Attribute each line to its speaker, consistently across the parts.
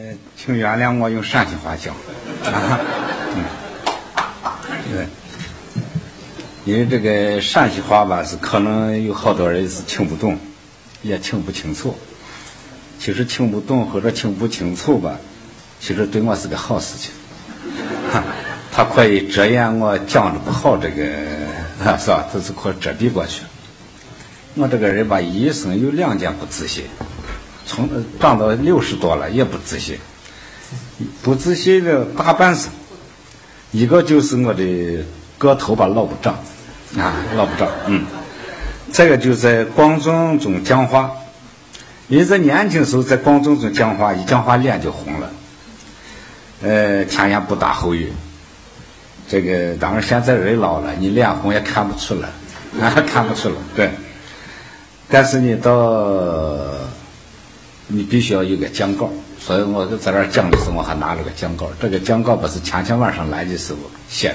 Speaker 1: 请原谅我用陕西话讲，对，因为这个陕西话吧，是可能有好多人是听不懂，也听不清楚。其实听不懂或者听不清楚吧，其实对我是个好事情，它可以遮掩我讲的不好这个，是吧？这是可遮蔽过去。我这个人吧，一生有2件不自信。从长到60多了也不自信，不自信的大半生。一个就是我的个头吧老不长，老不长，这个就在光宗中讲话，因为在年轻时候在光宗中讲话，一讲话脸就红了，前言不搭后语。这个当然现在人老了，你脸红也看不出来，看不出来，对。但是呢，你必须要有个讲稿，所以我在这儿讲的时候，我还拿了个讲稿。这个讲稿不是前天晚上来的时候写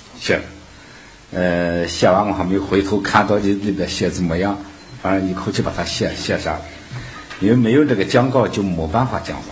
Speaker 1: 的，写完我还没有回头看到里边写怎么样，反正一口气把它写下来。因为没有这个讲稿就没办法讲话，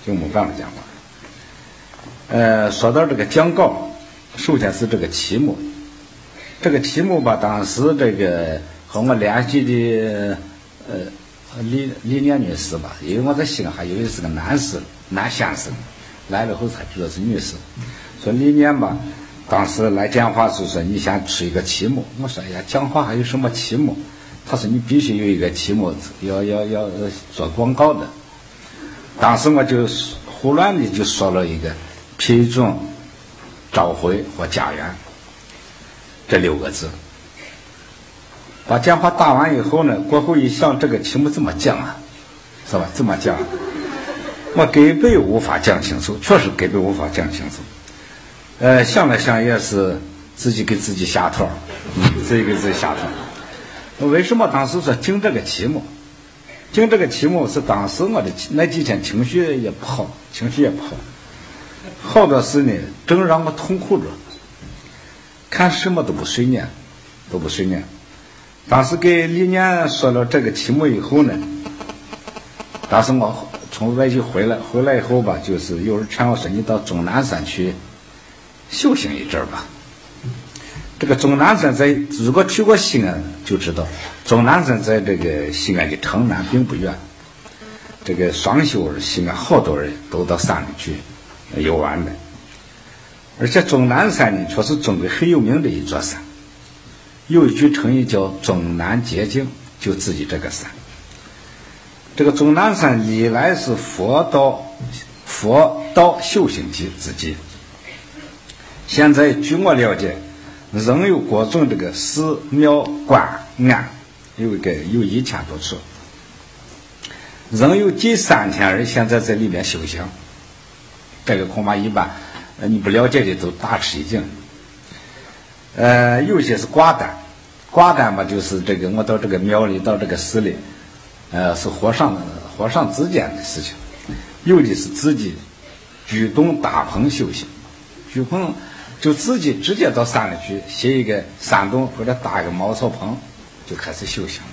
Speaker 1: 说到这个讲稿，首先是这个题目，这个题目吧，当时这个和我联系的李念女士吧，因为我在西安还以为是个男先生，来了后才知道是女士。说李念吧，当时来讲话就说你先出一个题目。我说哎呀，讲话还有什么题目？他说你必须有一个题目，要做广告的。当时我就胡乱的就说了一个批准、召回或家园这6个字。把讲话打完以后呢，过后一想这个题目怎么讲啊，是吧？怎么讲？我根本无法讲清楚，确实根本无法讲清楚。想了想也是自己给自己下头，自己给自己下头。为什么当时说定这个题目？定这个题目是当时我的那几天情绪也不好，好多事呢正让我痛苦着，看什么都不顺眼。当时给李念说了这个题目以后呢，当时我从外地回来以后吧，就是有人劝我说你到终南山去修行一阵吧。这个终南山如果去过西安就知道，终南山在这个西安的城南并不远。这个双休西安好多人都到山里去游玩的，而且终南山呢却是中国很有名的一座山。有一句成语叫终南捷径，就自己这个山。这个终南山历来是佛道修行之地，现在据我了解，仍有各种这个寺庙观庵，有1000多处，仍有近3000人现在在里面修行。这个恐怕一般你不了解的都大吃一惊。有些是挂单嘛，就是这个我到这个庙里，到这个寺里，是和尚之间的事情。有的是自己举动搭棚修行，举棚就自己直接到山里去歇一个山洞或者搭一个茅草棚就开始修行。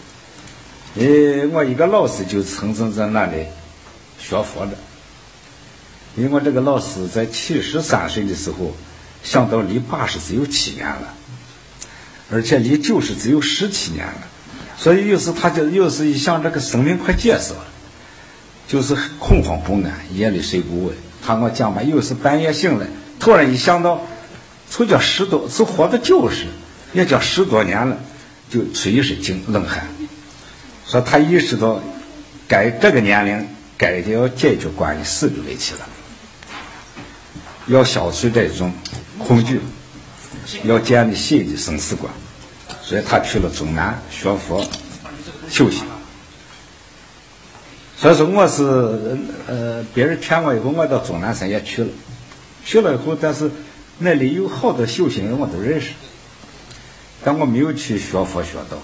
Speaker 1: 我一个老师就曾经在那里学佛的，因为我这个老师在73岁的时候想到离80只有7年了，而且离90只有17年了，所以有时他就有时一想这个生命快结束了，就是恐慌不安，夜里睡不稳。他跟我讲吧，有时半夜醒来，突然一想到，就叫是活到90，也叫10多年了，就出一身冷汗。说他意识到，这个年龄该要解决关于死的问题了。要消除这种恐惧，要建立新的生死观，所以他去了终南学佛修行。所以说我是别人劝我以后，我到终南山也去了以后，但是那里有好多修行人我都认识，但我没有去学佛学道，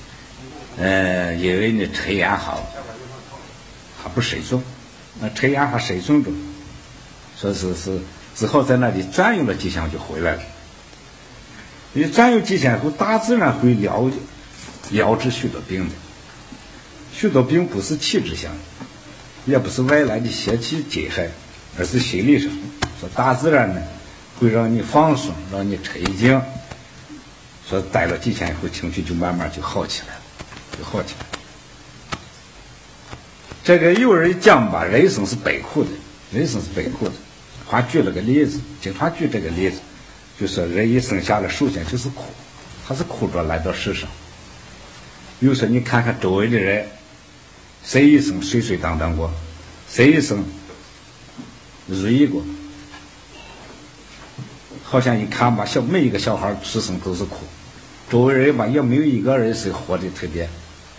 Speaker 1: 因为那尘烟还不深重，那尘烟还深重着，说是只好在那里转悠了几天就回来了。因为转悠几天后，大自然会疗治许多病的，许多病不是气质性的， 也不是外来的邪气侵害，而是心理上。说大自然呢会让你放松，让你沉静。说待了几天以后，情绪就慢慢就好起来了，就好起来了。这个有人讲吧，人生是悲苦的，人生是悲苦的。还举了个例子，经常举这个例子，就说人一生下来，首先就是苦，他是苦着来到世上。比如说，你看看周围的人，谁一生水水当当过，谁一生如意过？好像一看吧，每一个小孩出生都是苦，周围人吧也没有一个人是活得特别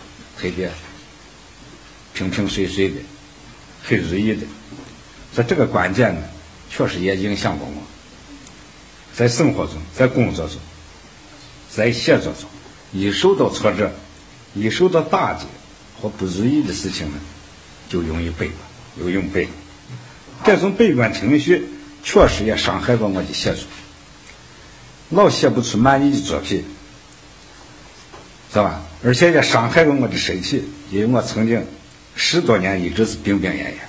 Speaker 1: 平平顺顺的，很如意的。所以这个关键呢，确实也影响过我，在生活中，在工作中，在写作中，一受到挫折，一受到打击或不如意的事情呢，就容易悲观，又用悲观。这种悲观情绪确实也伤害过我的写作，老写不出满意的作品，是吧？而且也伤害过我的身体，因为我曾经10多年一直是病病恹恹。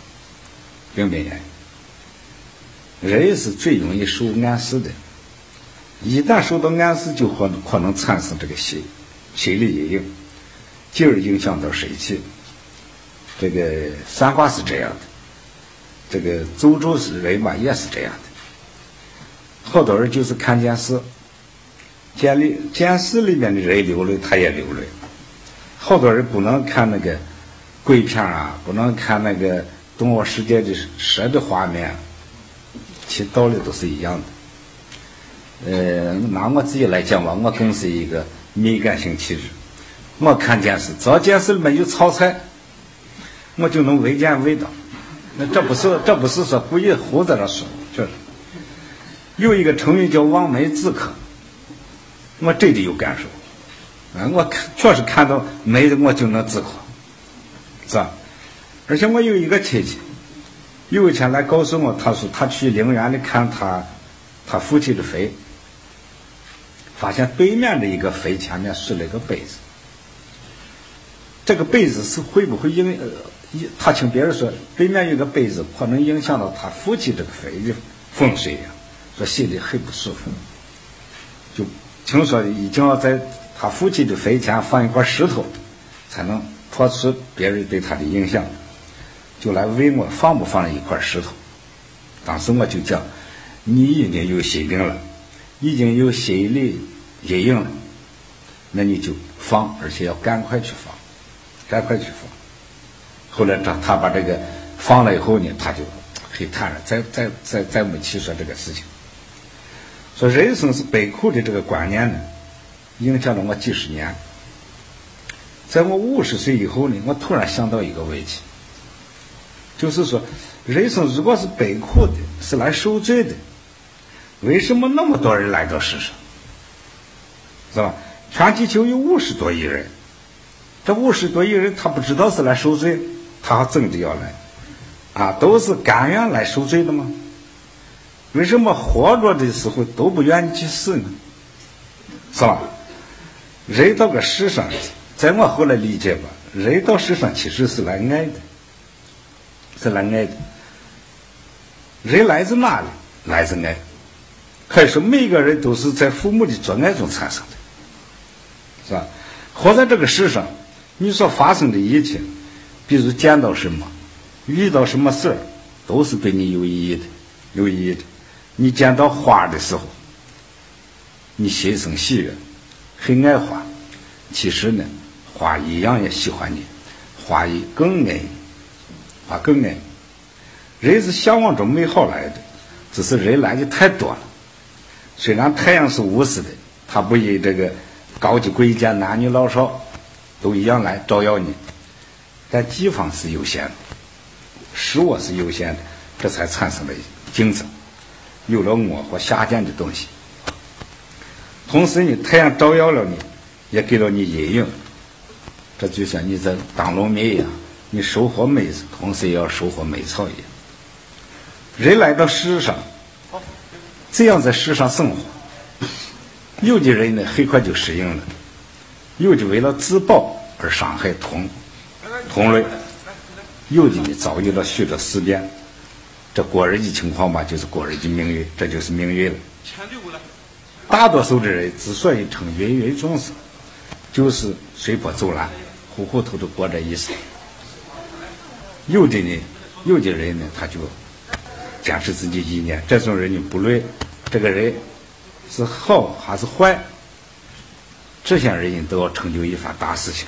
Speaker 1: 人是最容易受暗示的，一旦受到暗示，就可能产生这个心理阴影，进而影响到身体。这个三卦是这样的，这个周周是人吧也是这样的。好多人就是看电视，电视里面的人流泪，他也流泪。好多人不能看那个鬼片啊，不能看那个动物世界的蛇的画面，其道理都是一样的。拿我自己来讲吧，我更是一个敏感性体质。我看电视，只要电视里面有炒菜，我就能闻见味道。那这不是说故意胡在这说，就是有一个成语叫望梅止渴，我真的有感受。我确实看到梅我就能止渴，是吧？而且我有一个亲戚，有一天来告诉我，他说他去陵园里看他父亲的坟，发现对面的一个坟前面竖了一个碑子。这个碑子是会不会他听别人说对面有个碑子可能影响到他父亲这个坟的风水呀，说心里很不舒服，就听说一定要在他父亲的坟前放一块石头，才能破除别人对他的影响，就来问我放不放一块石头。当时我就讲，你已经有心病了，已经有心理阴影了，那你就放，而且要赶快去放。后来他把这个放了以后呢，他就很坦然，再没去说这个事情。说人生是悲苦的这个观念呢，影响了我几十年。在我50岁以后呢，我突然想到一个问题，就是说人生如果是悲苦的，是来受罪的，为什么那么多人来到世上，是吧？全地球有50多亿人，这50多亿人他不知道是来受罪，他怎的要来啊？都是甘愿来受罪的吗？为什么活着的时候都不愿意去死呢？是吧？人到个世上，在我后来理解吧，人到世上其实是来爱的，是来爱的。人来自哪里？来自爱。可以说每个人都是在父母的做爱中产生的，是吧？活在这个世上，你所发生的一切，比如见到什么，遇到什么事儿，都是对你有意义的。你见到花的时候，你心生喜悦，很爱花，其实呢，花一样也喜欢你，花也更爱你，花更爱你。人是向往着美好来的，只是人来的太多了。虽然太阳是无私的，它不以这个高低贵贱男女老少都一样来照耀你，但地方是有限的，事物是有限的，这才产生了竞争，有了我和下贱的东西。同时呢，太阳照耀了你，也给了你阴影，这就像你在当农民一样，你收获麦子，同时也要收获麦草一样。人来到世上，这样在世上生活，有的人呢很快就适应了，有的为了自保而伤害同类， 有的呢遭遇了许多事变，这过日的情况吧，就是过日的命运，这就是命运了。大多数的人之所以称芸芸众生，就是随波逐流，糊糊涂涂过这一生。有的人呢，他就坚持自己意念，这种人呢不论这个人是好还是坏，这些人都要成就一番大事情。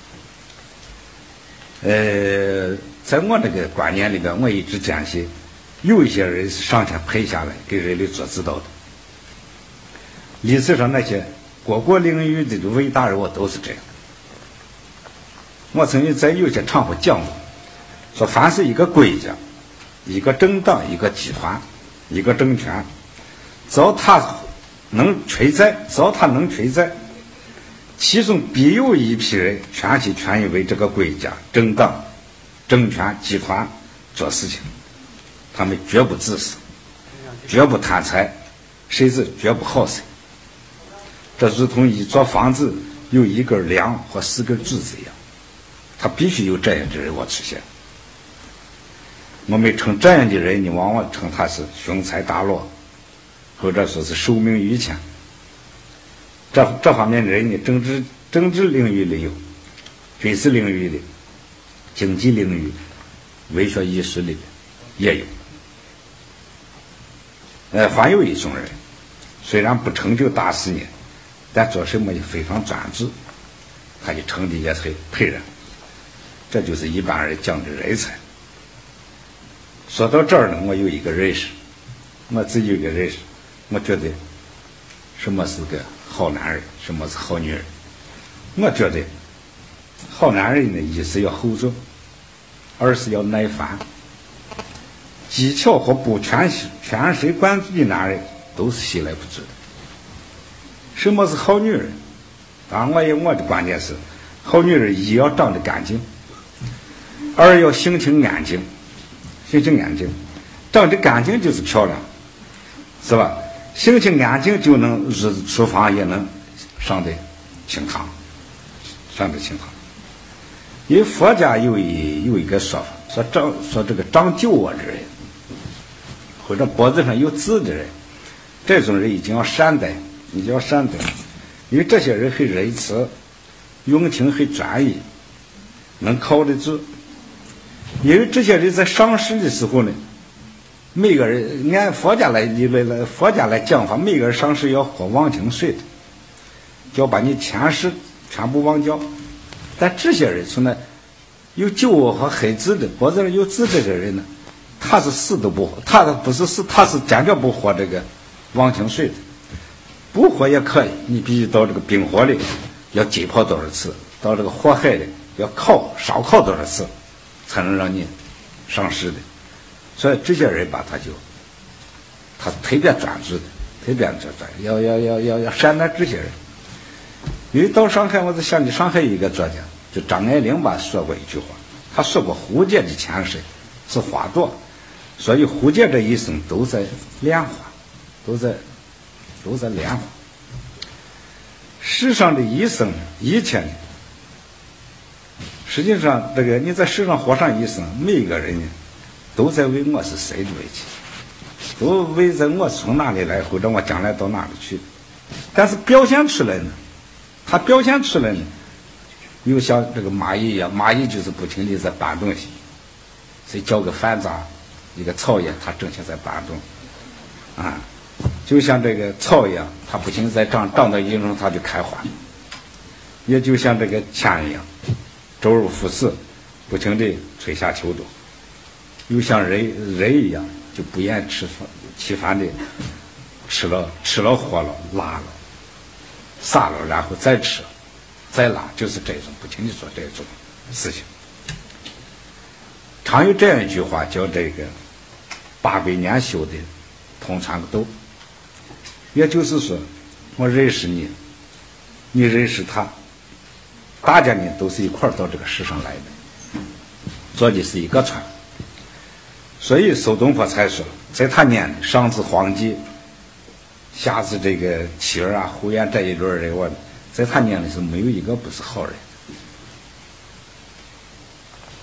Speaker 1: 在我这个观念里边，我一直坚信，有一些人是上天配下来给人类做指导的。历史上那些各国领域的伟大人物都是这样。我曾经在有些场合讲过，说凡是一个国家、一个政党、一个集团、一个政权，只要它能存在，其中必有一批人全心全意为这个国家、政党、政权、集团做事情，他们绝不自私，绝不贪财，甚至绝不好色。这如同一座房子有一根梁或4根柱子一样，他必须有这样的人物出现。我们称这样的人，你往往称他是雄才大略，或者说是寿命于前。这方面的人呢，政治领域里有，军事领域里，经济领域，文学艺术里也有。还有一种人，虽然不成就大事业，但做什么也非常专注，他就成的也很佩然。这就是一般人讲的人才。说到这儿呢，我有一个认识，我自己有一个认识，我觉得什么是个好男人，什么是好女人。我觉得好男人呢，一是要厚重，二是要耐烦。技巧和不全神贯注的男人都是稀来不及的。什么是好女人？当然我的观点是，好女人一要长得干净，二要性情安静。长得干净就是漂亮，是吧？性情安静就能入厨房，也能上得厅堂。因为佛家有一个说法，说这个长酒窝的人，或者脖子上有痣的人，这种人一定要善待，因为这些人很仁慈，用情很专一，能靠得住。因为这些人在上市的时候呢，每个人按佛家来讲法，每个人上市要喝忘情水的，就要把你前世全部忘掉。但这些人从那有酒窝和黑痣的，脖子上有痣这个人呢，他是死都不活，他不是死，他是坚决不喝这个忘情水的。不喝也可以，你必须到这个冰火里要浸泡多少次，到这个火海里要烧烤多少次，才能让你上市的。所以这些人吧，他特别专注的，要善待这些人。因为到上海，我就想起上海一个作家，就张爱玲吧，说过一句话，他说过胡姐的前世是花朵，所以胡姐这一生都在莲花，都在莲花。世上的一生一切呢，实际上这个你在世上活上一生，每一个人呢都在为我是谁的为己，都为着我从哪里来，或者我将来到哪里去。但是表现出来呢，又像这个蚂蚁一样，蚂蚁就是不停地在搬东西，谁叫个饭渣，一个草叶，它整天在搬动啊。就像这个草一样，它不停在长到一种它就开花，也就像这个钱一样，周而复始，不停地春夏秋冬。又像人一样，就不厌其烦的吃了喝了拉了撒了，然后再吃再拉，就是这种不停地做这种事情。常有这样一句话叫这个800年修的同船斗，也就是说我认识你，你认识他，大家呢都是一块到这个世上来的，坐的是一个船。所以苏东坡才说，在他年里上至黄济，下至这个妻儿啊、胡言这一轮人物，在他年里是没有一个不是好人。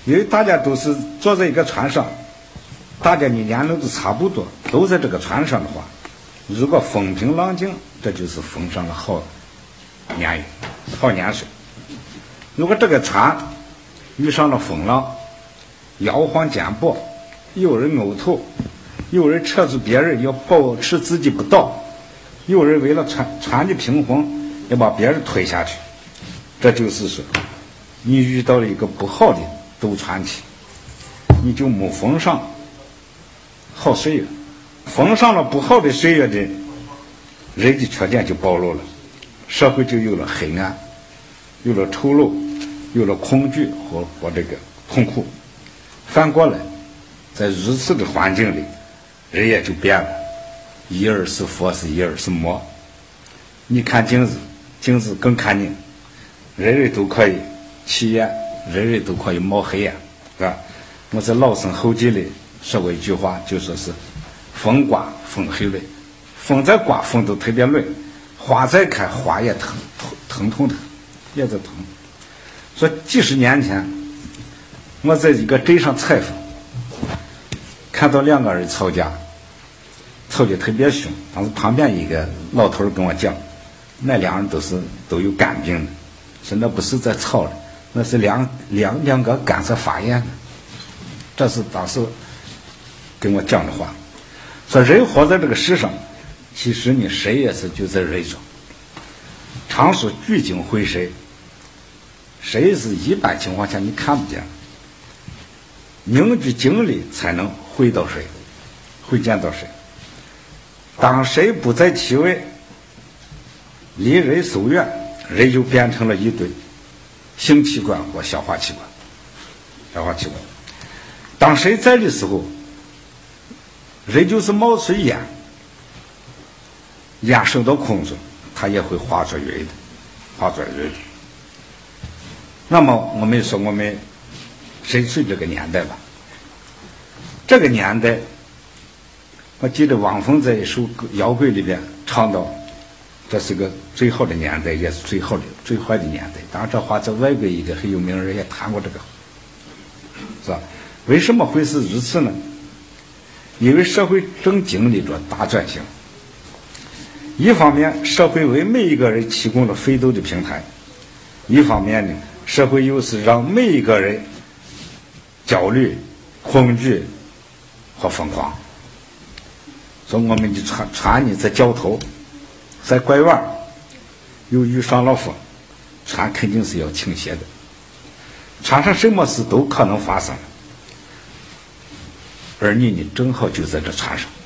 Speaker 1: 因为大家都是坐在一个船上，大家的年龄都差不多，都在这个船上的话，如果风平浪静，这就是风上的好年月、好年岁。如果这个船遇上了风浪，摇晃颠簸，有人呕吐，有人扯住别人要保持自己不倒，有人为了船的平衡要把别人推下去，这就是说你遇到了一个不好的斗船期，你就没逢上好岁月，逢上了不好的岁月的人的缺点就暴露了，社会就有了黑暗，有了丑陋，有了恐惧和这个痛苦。反过来，在如此的环境里，人也就变了，一儿是佛，是一儿是魔。你看镜子，镜子更看你，人人都可以起眼，人人都可以冒黑眼，是吧？我在老僧后记里说过一句话，就说是风刮风很累，风在刮风都特别累，花在开花也疼痛的，也在疼。说几十年前我在一个镇上采访，看到两个人吵架，吵得特别凶。当时旁边一个老头跟我讲，那两人都有肝病的，说那不是在吵的，那是两个肝在发炎的。这是当时跟我讲的话。说人活在这个世上，其实你谁也是就在人中。常说聚精会神，谁是一般情况下你看不见，凝聚精力才能会到谁，会见到谁。当谁不在其位，离人夙远，人就变成了一堆性器官或消化器官。当谁在的时候，人就是冒出烟，烟升到空中，它也会化作云的。那么我们说我们身处这个年代吧，这个年代，我记得汪峰在一首摇滚里边唱到，这是个最好的年代，也是最坏的年代。当然这话在外国一个很有名人也谈过这个，是吧？为什么会是如此呢？因为社会正经历着大转型。一方面，社会为每一个人提供了奋斗的平台；一方面呢，社会又是让每一个人焦虑、恐惧和疯狂。所以我们的船呢在交头，在拐弯，又遇上了风，船肯定是要倾斜的。船上什么事都可能发生，而你呢正好就在这船上，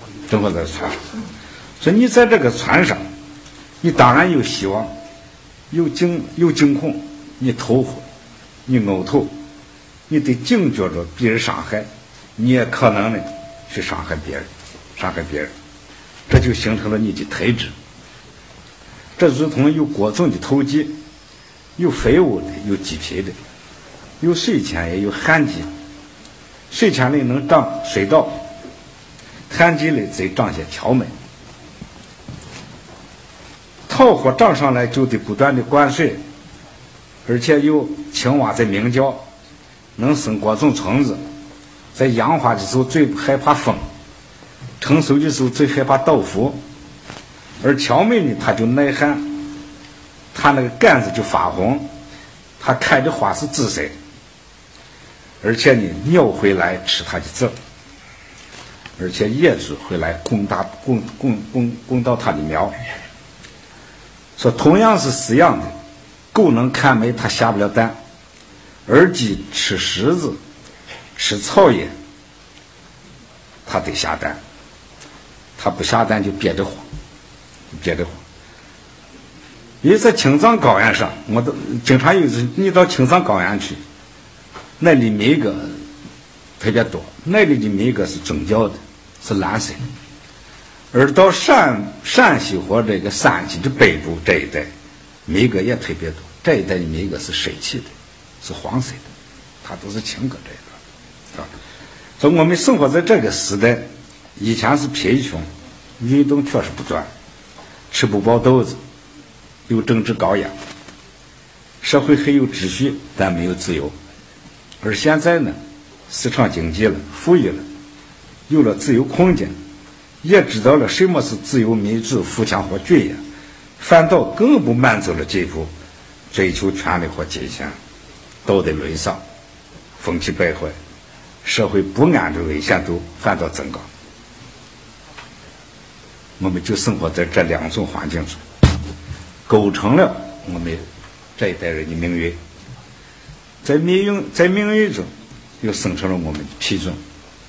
Speaker 1: 所以你在这个船上，你当然有希望，有惊恐，你头昏，你呕吐，你得警觉着别人伤害，你也可能呢去伤害别人，这就形成了你的特质。这如同有各种的投机，有废物的，有鸡皮的，有水钱也有旱季。水钱里能长水稻，旱季里则长些荞麦。桃花长上来就得不断的灌水，而且有青蛙在鸣叫，能生各种虫子。在养花的时候最害怕风，成熟的时候最害怕倒伏。而荞麦呢，它就耐旱，它那个杆子就发红，它开的花是紫色，而且呢鸟会来吃它的籽，而且野猪会来攻到它的苗。说同样是饲养的，狗能看梅它下不了蛋，而鸡吃石子吃草叶它得下蛋，它不下蛋就憋得慌。因为在青藏高原上，我都经常有一次你到青藏高原去，那里米格特别多，那里的米格是宗教的，是蓝色的。而到陕西或这个山西的北部这一带，米格也特别多，这一带的米格是水汽的，是黄色的，它都是青格这一段。所以我们生活在这个时代，以前是贫穷，运动确实不转，吃不饱豆子，有政治高压，社会很有秩序，但没有自由。 而现在呢，市场经济了，富裕了，有了自由空间，也知道了什么是自由民主、富强和尊严，反倒更不满足了这副追求权力和金钱，道德沦丧，风气败坏，社会不安的危险度反倒增高。我们就生活在这两种环境中，构成了我们这一代人的命运。在命运中，又生成了我们的批准。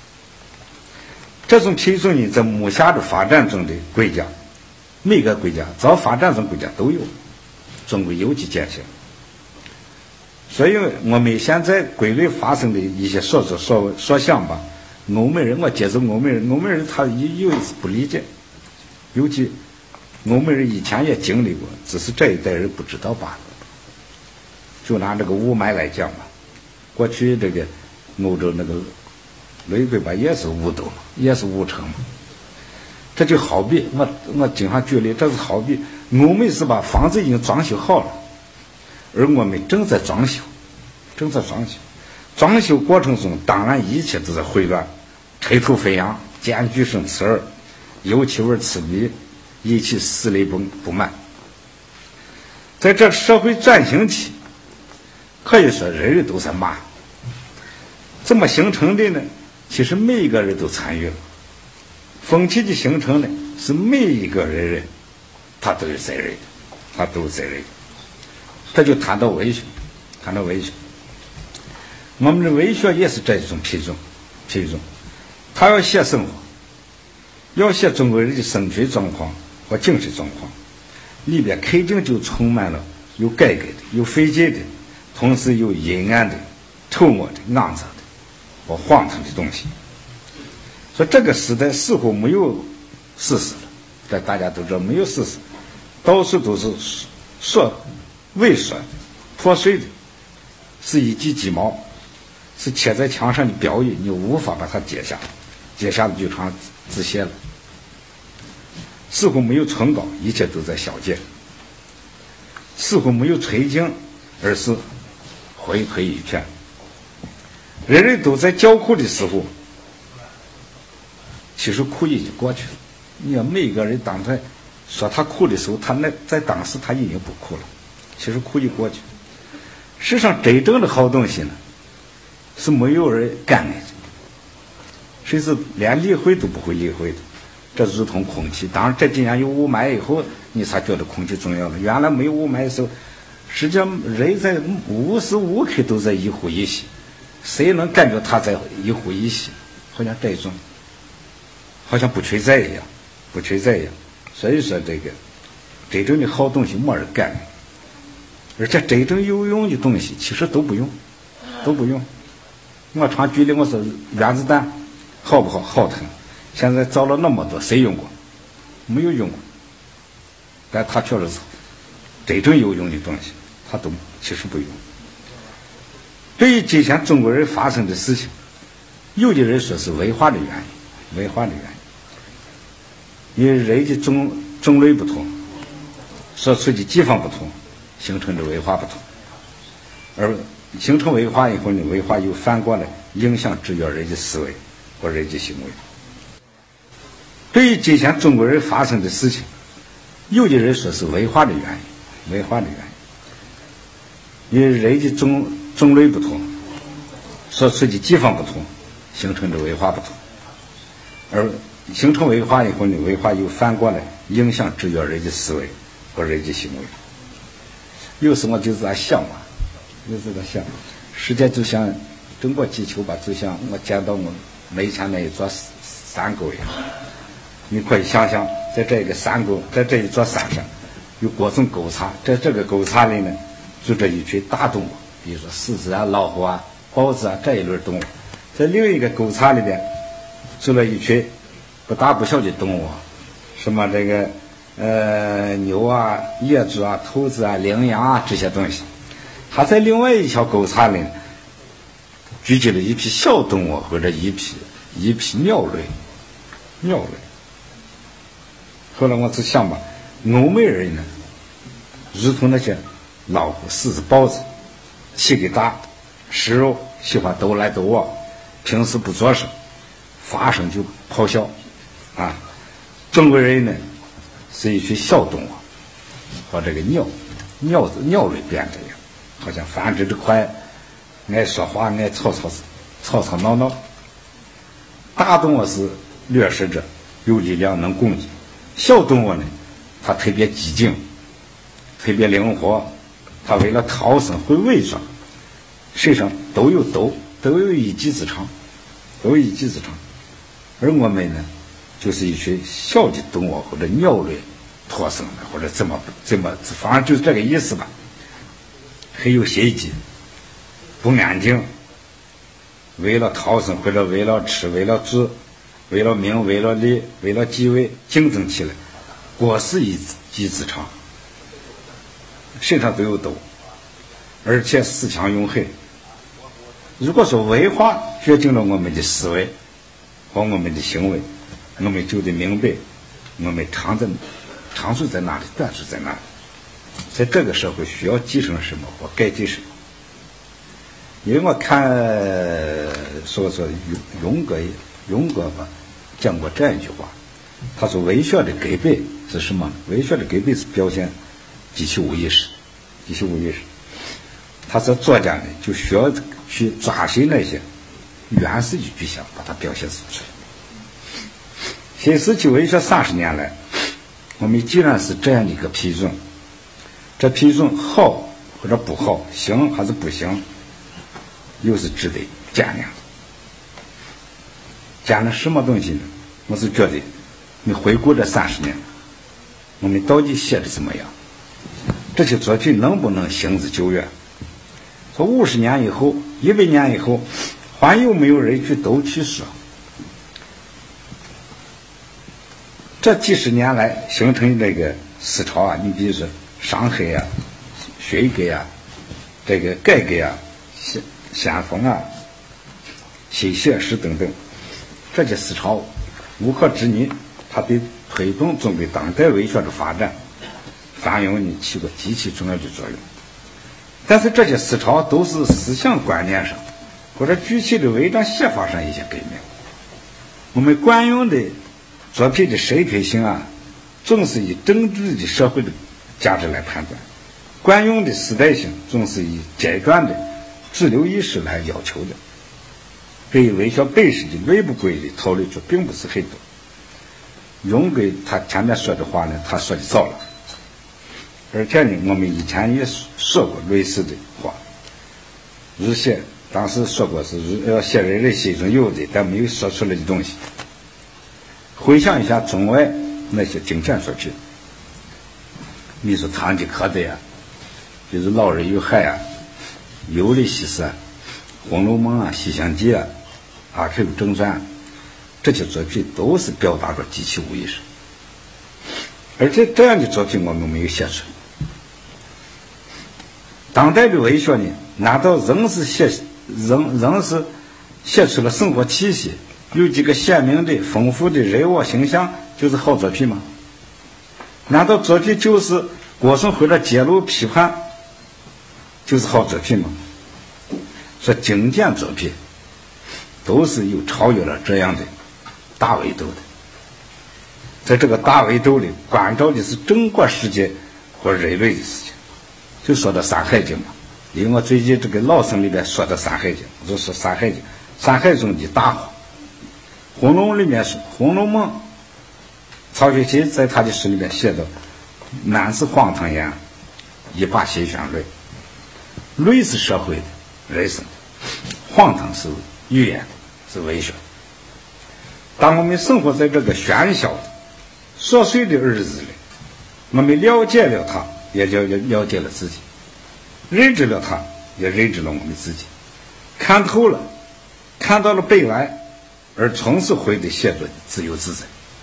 Speaker 1: 这种批准呢，在目前的发展中的国家，每个国家早发展中国家都有，中国尤其典型。所以我们现在国内发生的一些所想吧，欧美人，我接触欧美人他有一次不理解，尤其欧美人以前也经历过，只是这一代人不知道罢了。就拿这个雾霾来讲吧，过去这个欧洲那个雷鬼吧也是雾斗嘛，也是雾城嘛。这就好比我经常举例，这是好比欧美是把房子已经装修好了，而我们正在装修。装修过程中，当然一切都在混乱，尘土飞扬，间距声刺耳，油漆味刺鼻，引起室内不满。在这社会转型期，可以说人人都在骂。怎么形成的呢？其实每一个人都参与了。风气的形成呢，是每一个人他都有责任的。这就谈到文学，我们的文学也是这种批准。他要写生活，要写中国人的生存状况和精神状况，里边肯定就充满了有改革的，有费解的，同时有阴暗的、丑恶的、肮脏的和荒唐的东西。所以这个时代似乎没有事实了，这大家都知道没有事实，到处都是伪酸破碎的，是一地鸡毛，是贴在墙上的标语，你无法把它揭下的就成自写了。似乎没有崇高，一切都在消减；似乎没有纯净，而是灰颓一片。人人都在叫苦的时候，其实苦已经过去了。你看每一个人当他说他苦的时候，他在当时他已经不苦了，其实苦已过去。世上真正的好东西呢，是没有人干的，甚至连理会都不会理会的。这如同空气，当然这几年有雾霾以后，你才觉得空气重要了。原来没有雾霾的时候，实际上人在无时无刻都在一呼一吸，谁能感觉他在一呼一吸？好像这种好像不存在一样。所以说这个真正的好东西没人干，而且真正有用的东西其实都不用。我常举例，我说原子弹好不好？好疼。现在造了那么多，谁用过？没有用过。但它确实是真正有用的东西，它都其实不用。对于今天中国人发生的事情，有的人说是文化的原因，因为人的种类不同，所处的地方不同，形成的文化不同，而形成文化以后呢，文化又反过来影响制约人的思维和人的行为。对于今天中国人发生的事情，有的人说是文化的原因，因为人的种类不同，所处的地方不同，形成的文化不同，而形成文化以后呢，文化又反过来影响制约人的思维和人的行为。有时我就在想世界就像整个地球吧，就像我见到我门前那一座山沟一样。你可以想象，在这个山沟，在这一座山上，有各种沟槽，在这个沟槽里呢，住着一群大动物，比如说狮子啊、老虎啊、豹子啊这一类动物。在另一个沟槽里边，住了一群不大不小的动物，什么这个牛啊、野猪啊、兔子啊、羚羊啊这些东西。它在另外一条沟槽里聚集了一批小动物或者一批鸟类。后来我只想吧，欧美人呢，如同那些老虎、狮子、豹子，体格大，食肉， 喜欢斗来斗往，平时不做事，发声就咆哮啊。中国人呢是一群小动物，和这个鸟类变这样，好像繁殖的快，爱说话，爱吵闹闹。大动物是掠食者，有力量能攻击；小动物呢，它特别机警，特别灵活，它为了逃生会伪装，身上都有一技之长，而我们呢，就是一群小的动物或者鸟类脱生的，或者怎么，反正就是这个意思吧。很有心机，不安静，为了逃生或者为了吃，为了住，为了名，为了利，为了继位，竞争起来，各司一技之长，身上都有斗，而且恃强勇狠。如果说文化决定了我们的思维和我们的行为，我们就得明白我们长处在哪里，短处在哪里，在这个社会需要继承什么或改进什么。因为我看说荣格吧讲过这样一句话，他说文学的根本是什么呢？文学的根本是表现极其无意识。他说作家呢就需要去抓紧那些原始的具象，把它表现出来。新时期文学30年来，我们既然是这样的一个批准，这批准好或者不好，行还是不行，又是值得检量的。检量什么东西呢？我是觉得你回顾这30年，我们到底写的怎么样？这些作品能不能行之久远？说50年以后，100年以后，还有没有人都去说？这几十年来形成这个思潮啊，你比如说上海啊、水革啊、这个改革啊、先锋啊、新写实等等，这些思潮无可置疑，它对推动中国当代文学的发展繁荣呢起过极其重要的作用。但是这些思潮都是思想观念上或者具体的文章写法上一些革命。我们惯用的作品的审批性啊，总是以政治的社会的价值来判断，惯用的时代性总是以阶段的主流意识来要求的。对于文学本身的内部规律讨论就并不是很多。荣格他前面说的话呢，他说的早了，而且呢，我们以前也说过类似的话。如写当时说过是要写人类心中有的但没有说出来的东西。回想一下中外那些经典作品，比如说堂吉诃德呀，比如老人与海啊、尤利西斯啊、红楼梦啊、西厢记啊、阿 Q 正传，这些作品都是表达着极其无意识，而且这样的作品我们没有写出来。当代的文学呢，难道仍是写出了生活气息，有几个鲜明的丰富的人物形象就是好作品吗？难道作品就是歌颂或者揭露批判就是好作品吗？说经典作品都是有超越了这样的大维度的，在这个大维度里关照的是整个世界和人类的事情。就说到山海经嘛，因为我最近这个老生里边说到山海经，我就说山海经，山海中的大话。红楼里面是《红楼梦》，曹雪芹在他的诗里面写道：南是荒唐言，一把心弦泪。泪是社会的、人生的，荒唐是语言的，是文学的。当我们生活在这个喧嚣的、琐碎的日子里，我们了解了它，也了解了自己；认知了它，也认知了我们自己；看透了，看到了本来，而从此回的写作的自由自在。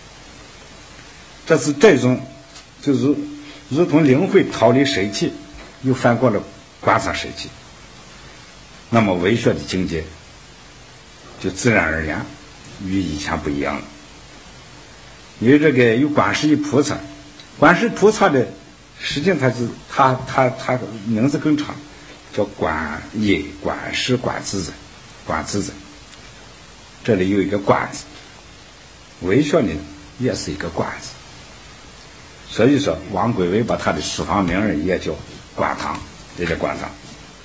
Speaker 1: 这种就是如同灵魂逃离身体，又翻过了观察身体，那么文学的境界就自然而然与以前不一样了。因为这个有观世音菩萨，观世菩萨的实际上他名字更长，叫观音、观世、观自在。 管子字，这里有一个管字，微学呢也是一个管字，所以说王贵为把他的书房名人也叫管堂，也叫管堂。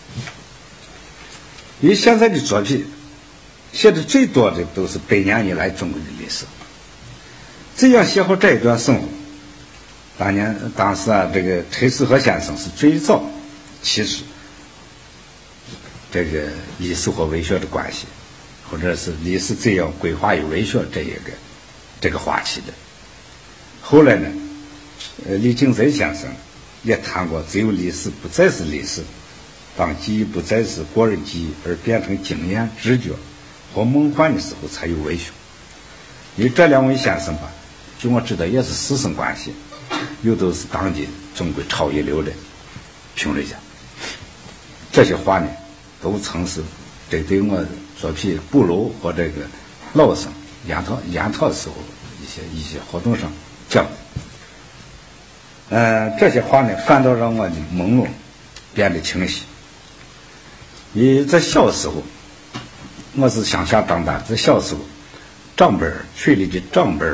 Speaker 1: 因为现在的作品写的最多的都是100年以来中国的历史，这样写好这一段生活。当时啊，这个陈思和先生是最早提出这个历史和文学的关系，或者是历史怎样规划于文学这个话题的。后来呢，李景泽先生也谈过，只有历史不再是历史，当记忆不再是个人记忆，而变成经验、直觉和梦幻的时候，才有文学。因为这两位先生吧，据我知道也是师生关系，又都是当今中国超一流的评论家。这些话呢，都曾是这对我作品部落和这个老生研讨时候一些活动上讲的。这些话呢，反倒让我的朦胧变得清晰。因为在小时候，我是乡下长大，在小时候，长辈村里的长辈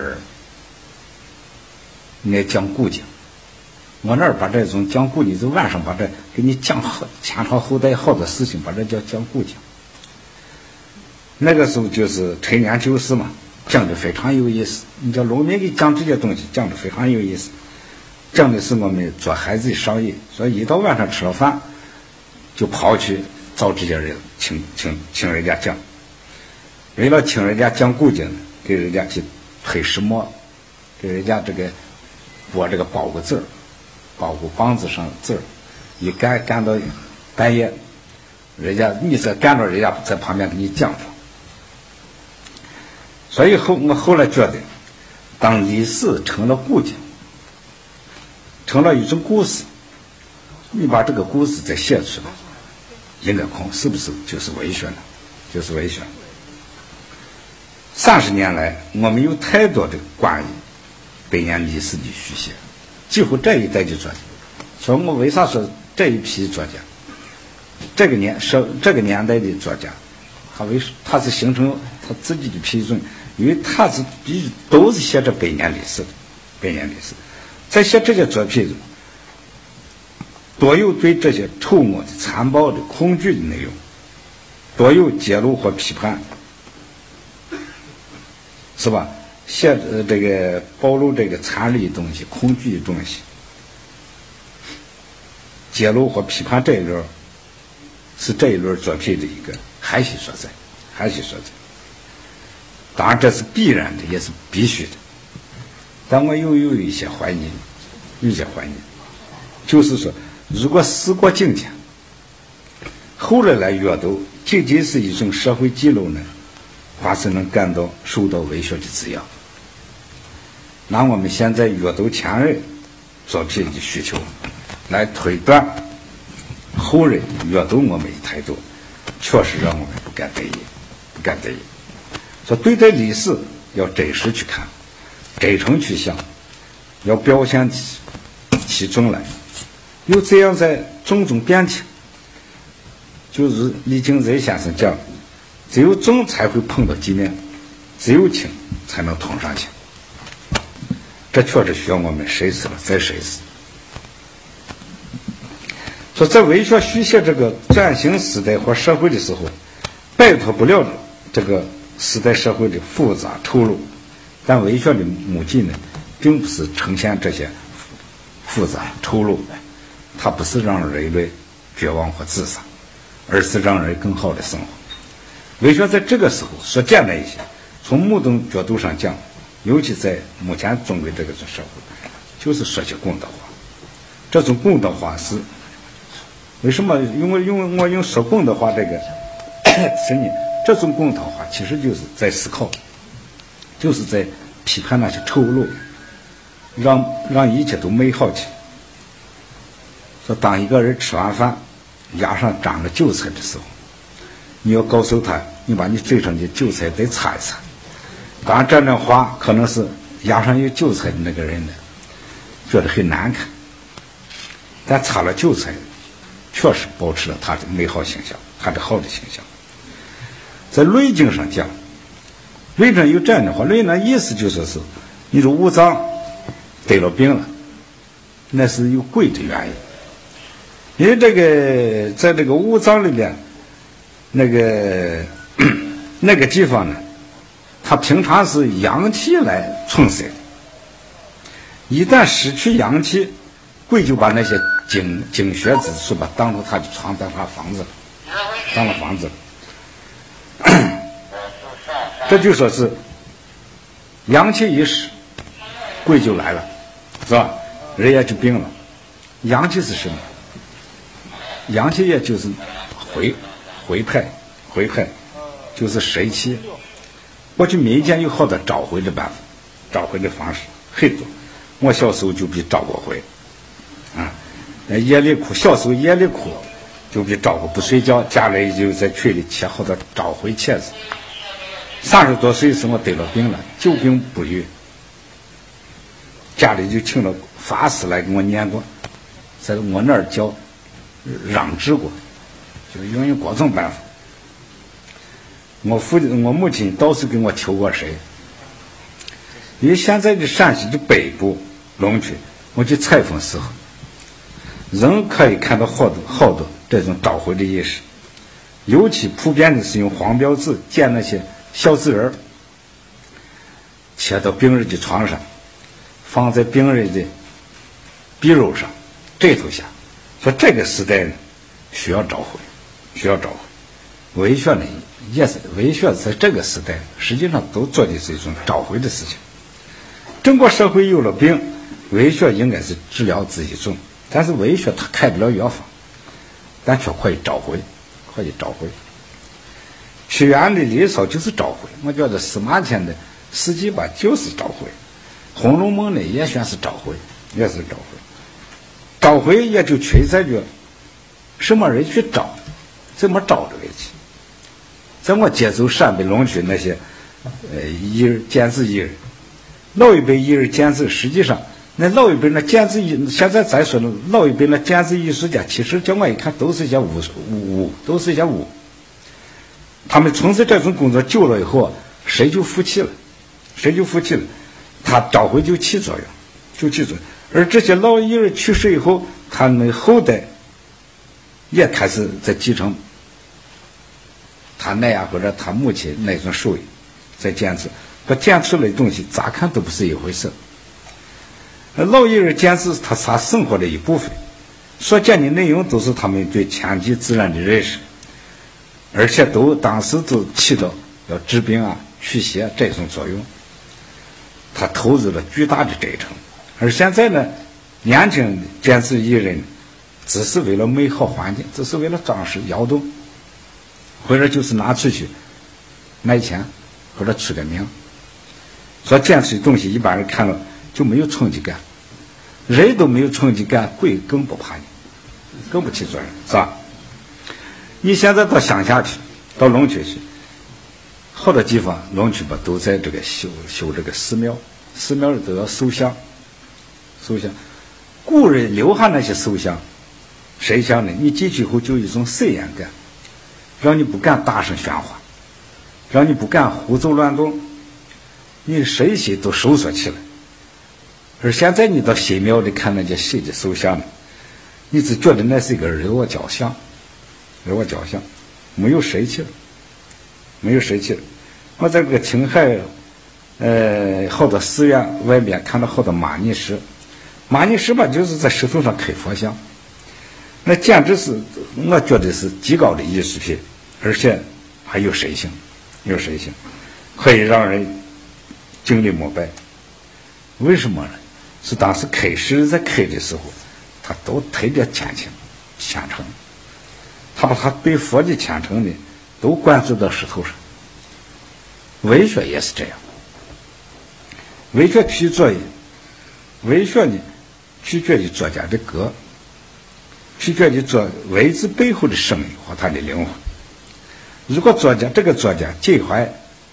Speaker 1: 爱讲古经，我那儿把这种讲古经，就晚上把这给你讲前朝后代好多事情，把这叫讲古经。那个时候就是陈年旧事嘛，讲的非常有意思。你叫农民给讲这些东西，讲的非常有意思，讲的是我们做孩子的上瘾。所以一到晚上吃了饭，就跑去找这些人请人家讲。为了请人家讲古经，给人家去推石磨，给人家这个拨这个包谷字儿，包谷梆子上的字儿，一干到半夜，人家你这干着，人家在旁边给你讲着。所以我后来觉得，当历史成了古经，成了一种故事，你把这个故事再写出来，应该空是不是就是文学呢？就是文学。30年来，我们有太多的关于100年历史的书写，几乎这一代的作家。所以我为啥说这一批作家，这个年代的作家，他是形成他自己的批准，因为他是都是写着100年历史的，100年历史，在写这些作品中，多有对这些丑恶的、残暴的、恐惧的内容，多有揭露或批判。是吧？写这个暴露这个残忍的东西、恐惧的东西，揭露和批判这一轮，是这一轮作品的一个含蓄所在，含蓄所在。当然这是必然的，也是必须的。但我又有一些怀疑，就是说，如果时过境迁，后来阅读仅仅是一种社会记录呢？还是能感到受到文学的滋养。拿我们现在阅读前人作品的需求来推断后人阅读我们的态度，确实让我们不敢得意。说对待历史要真实去看，真诚去想，要表现其中来，又这样在种种变迁。就是李景泽先生讲，只有重才会碰到地面，只有轻才能通上去。这确实需要我们深思了再深思。说在文学书写这个转型时代或社会的时候，摆脱不了这个时代社会的复杂丑陋，但文学的目的呢，并不是呈现这些复杂丑陋，它不是让人类绝望或自杀，而是让人更好的生活。文学在这个时候说简单一些，从某种角度上讲，尤其在目前中国这个社会，就是说些公道话。这种公道话是为什么我用说公道话这个词呢？这种公道话其实就是在思考，就是在批判那些丑陋，让一切都美好起来。说当一个人吃完饭牙上长了韭菜的时候，你要告诉他，你把你嘴上的韭菜再擦一擦。当然这样话可能是牙上有韭菜的那个人呢觉得很难看，但擦了韭菜确实保持了他的美好形象，他的好的形象。 在《论经》上讲，《论上有这样的话，《论》呢意思就说是，你说五脏得了病了，那是有贵的原因。因为这个在这个五脏里边，那个地方呢，它平常是阳气来充塞的，一旦失去阳气，贵就把那些经血之处吧，当成他就藏在他房子，当了房子。这就说是阳气一失，贵就来了，是吧？人也就病了。阳气是什么？阳气也就是回派，就是神气。过去民间有好多找回的办法，找回的方式很多。我小时候就被找过回，夜里哭，小时候夜里哭就被找过，不睡觉，家里就在群里切好多找回茄子。30多岁时我得了病了，久病不愈，家里就请了法师来给我念过，在我那儿叫让治过，就用各种办法。我母亲倒是给我求过谁，因为现在的陕西的北部龙区，我去采访时候，人可以看到好多这种找回的仪式，尤其普遍的是用黄标纸剪那些小纸人，切到病人的床上，放在病人的臂肉上、枕头下。说这个时代呢，需要找回。文学呢也是，文学在这个时代实际上都做的是一种找回的事情。整个社会有了病，文学应该是治疗之一种，但是文学它开不了药方，但却可以找回。屈原的《离骚》就是找回，我觉得司马迁的《史记》吧就是找回，《红楼梦》呢也算是找回，找回也就存在着什么人去找，怎么找的问题。在我接触陕北龙区那些艺人剪纸艺人，老一辈艺人剪纸，实际上那老一辈那剪纸艺，现在再说了，老一辈那剪纸艺术家，其实叫我一看都是一些武。他们从事这种工作久了以后，谁就服气了，他找回就起作用。而这些老艺人去世以后，他们后代也开始在继承他那样或者他母亲那种手艺，在剪纸，把剪出来的东西咋看都不是一回事。老艺人剪纸他生活的一部分，所讲的内容都是他们对天地自然的认识，而且当时都起到要治病驱邪这种作用，他投入了巨大的真诚。而现在呢，年轻的剪纸艺人只是为了美好环境，只是为了装饰窑洞，或者就是拿出去卖钱，或者出个名。所以剪出的东西一般人看了就没有冲击感，人都没有冲击感，鬼更不怕你，更不起作用，是吧？你现在到乡下去，到龙区去，好多地方龙区吧都在这个修这个寺庙里都要塑像。古人留下那些塑像神像呢，你进去以后就有一种森严感，让你不敢大声喧哗，让你不敢胡走乱动，你身心都收缩起来。而现在你到新庙里看那些新的塑像呢，你只觉得那是一个人我雕像，没有神气了。我在这个青海好多寺院外面看到好多玛尼石吧，就是在石头上刻佛像，那简直是我觉得是极高的艺术品，而且还有神性，可以让人经历膜拜。为什么呢？是当时刻石在刻的时候，他都特别虔诚，他把他对佛的虔诚呢都灌注到石头上。文学也是这样，文学呢取决于作家的格，取决于文字背后的声音和他的灵魂。如果这个作家襟怀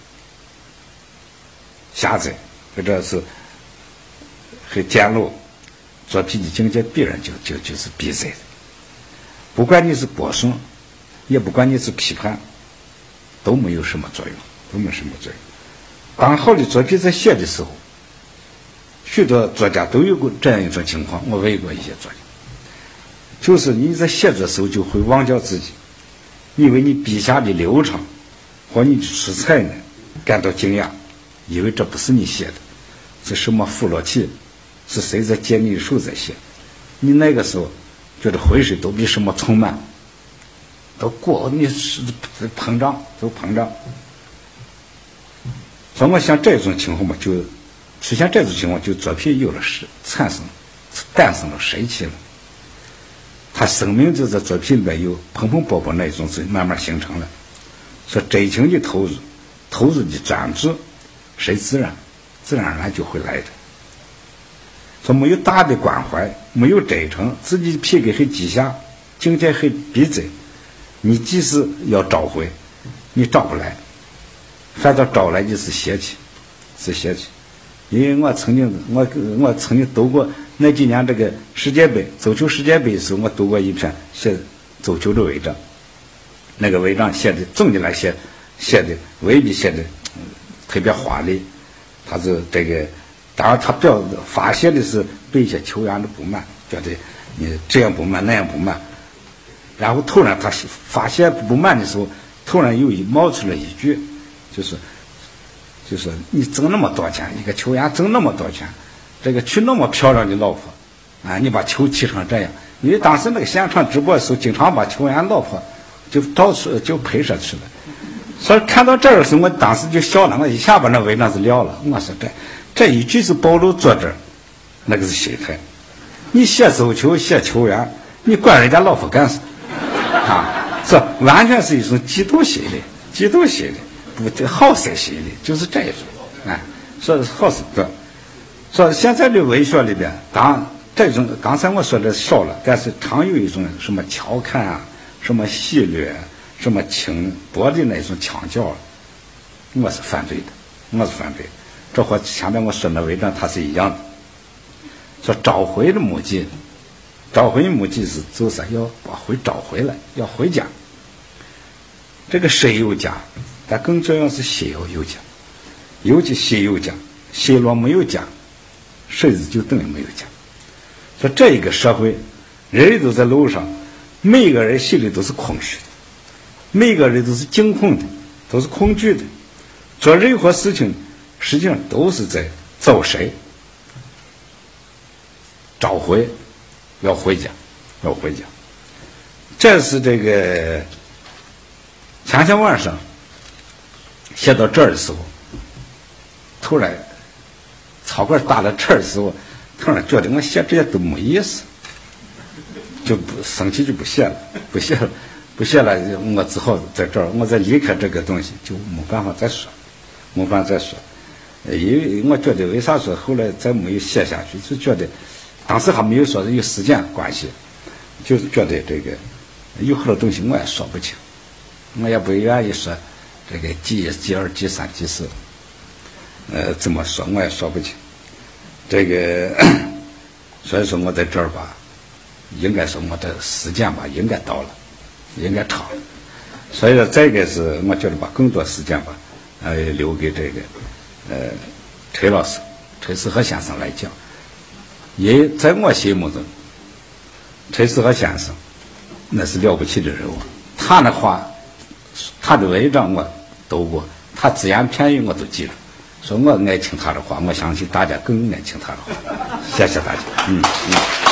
Speaker 1: 狭窄，或者是很简陋，作品的境界必然就是闭塞的。不管你是播送，也不管你是批判， 都没有什么作用，都没什么作用。当好的作品在写的时候，许多作家都有过这样一种情况，我问过一些作家，就是你在写的时候就会忘掉自己，因为你笔下的流畅和你的出彩呢感到惊讶，以为这不是你写的，是什么弗洛奇，是谁在借你的手在写，你那个时候觉得浑身都比什么充满，都过你是膨胀，都膨胀。所以我想这种情况嘛，就出现这种情况，就作品有了诞生了神奇了。他生命就在作品里面有蓬蓬勃勃那种是慢慢形成了。说真情的投入的专注，谁自然而然就会来的。说没有大的关怀，没有真诚，自己品格很低下，境界很逼真，你即使要找回，你找不来，反倒找来就是邪气，是邪气。因为我曾经读过那几年这个世界杯足球世界杯的时候，我读过一篇写足球的文章，那个文章写的总的来写的未必写的特别华丽，他是这个，当然他发泄的是对一些球员的不满，觉得你这样不满那样不满，然后突然他发泄不满的时候，突然冒出了一句，就是你挣那么多钱，一个球员挣那么多钱，这个娶那么漂亮的老婆啊，你把球踢成这样。因为当时那个现场直播的时候，经常把球员老婆就到处就拍摄出来，所以看到这儿的时候，我当时就笑了，我一下把那文章是撂了。我说这一句是暴露作者那个是心态。你写足球写球员，你管人家老婆干啥啊？这完全是一种嫉妒心理，不好色心理，就是这一种。哎，说好色的。说现在的文学里边，当然这种刚才我说的少了，但是常有一种什么调侃啊，什么戏谑，什么轻薄的那种腔调，我是反对的。这和前面我说的文章它是一样的。说找回的目的是做啥？要把回找回来，要回家。这个身有家，但更重要是心要有家。尤其心有家，心若没有家，身子就等于没有家。说这一个社会，人人都在路上，每个人心里都是空虚的，每个人都是惊恐的，都是恐惧的。做任何事情，实际上都是在找谁？找回，要回家。这是这个前天晚上写到这儿的时候，突然草根打到这儿的时候，突然觉得我写这些都没意思，就不生气，就不写了。我只好在这儿，我再离开这个东西，就没办法再说。因为我觉得为啥说后来再没有写下去，就觉得当时还没有说有时间关系，就是觉得这个有很多东西我也说不清，我也不愿意说这个几一几二几三几四，怎么说我也说不清。这个所以说我在这儿吧，应该说我的时间吧应该到了，应该长了。所以说这个是我觉得把更多时间吧留给这个陈老师陈思和先生来讲。因为在我心目中，陈思和先生那是了不起的人物，他的话他的文章我读过，他只言片语我都记住，所以我爱听他的话，我相信大家更爱听他的话。谢谢大家。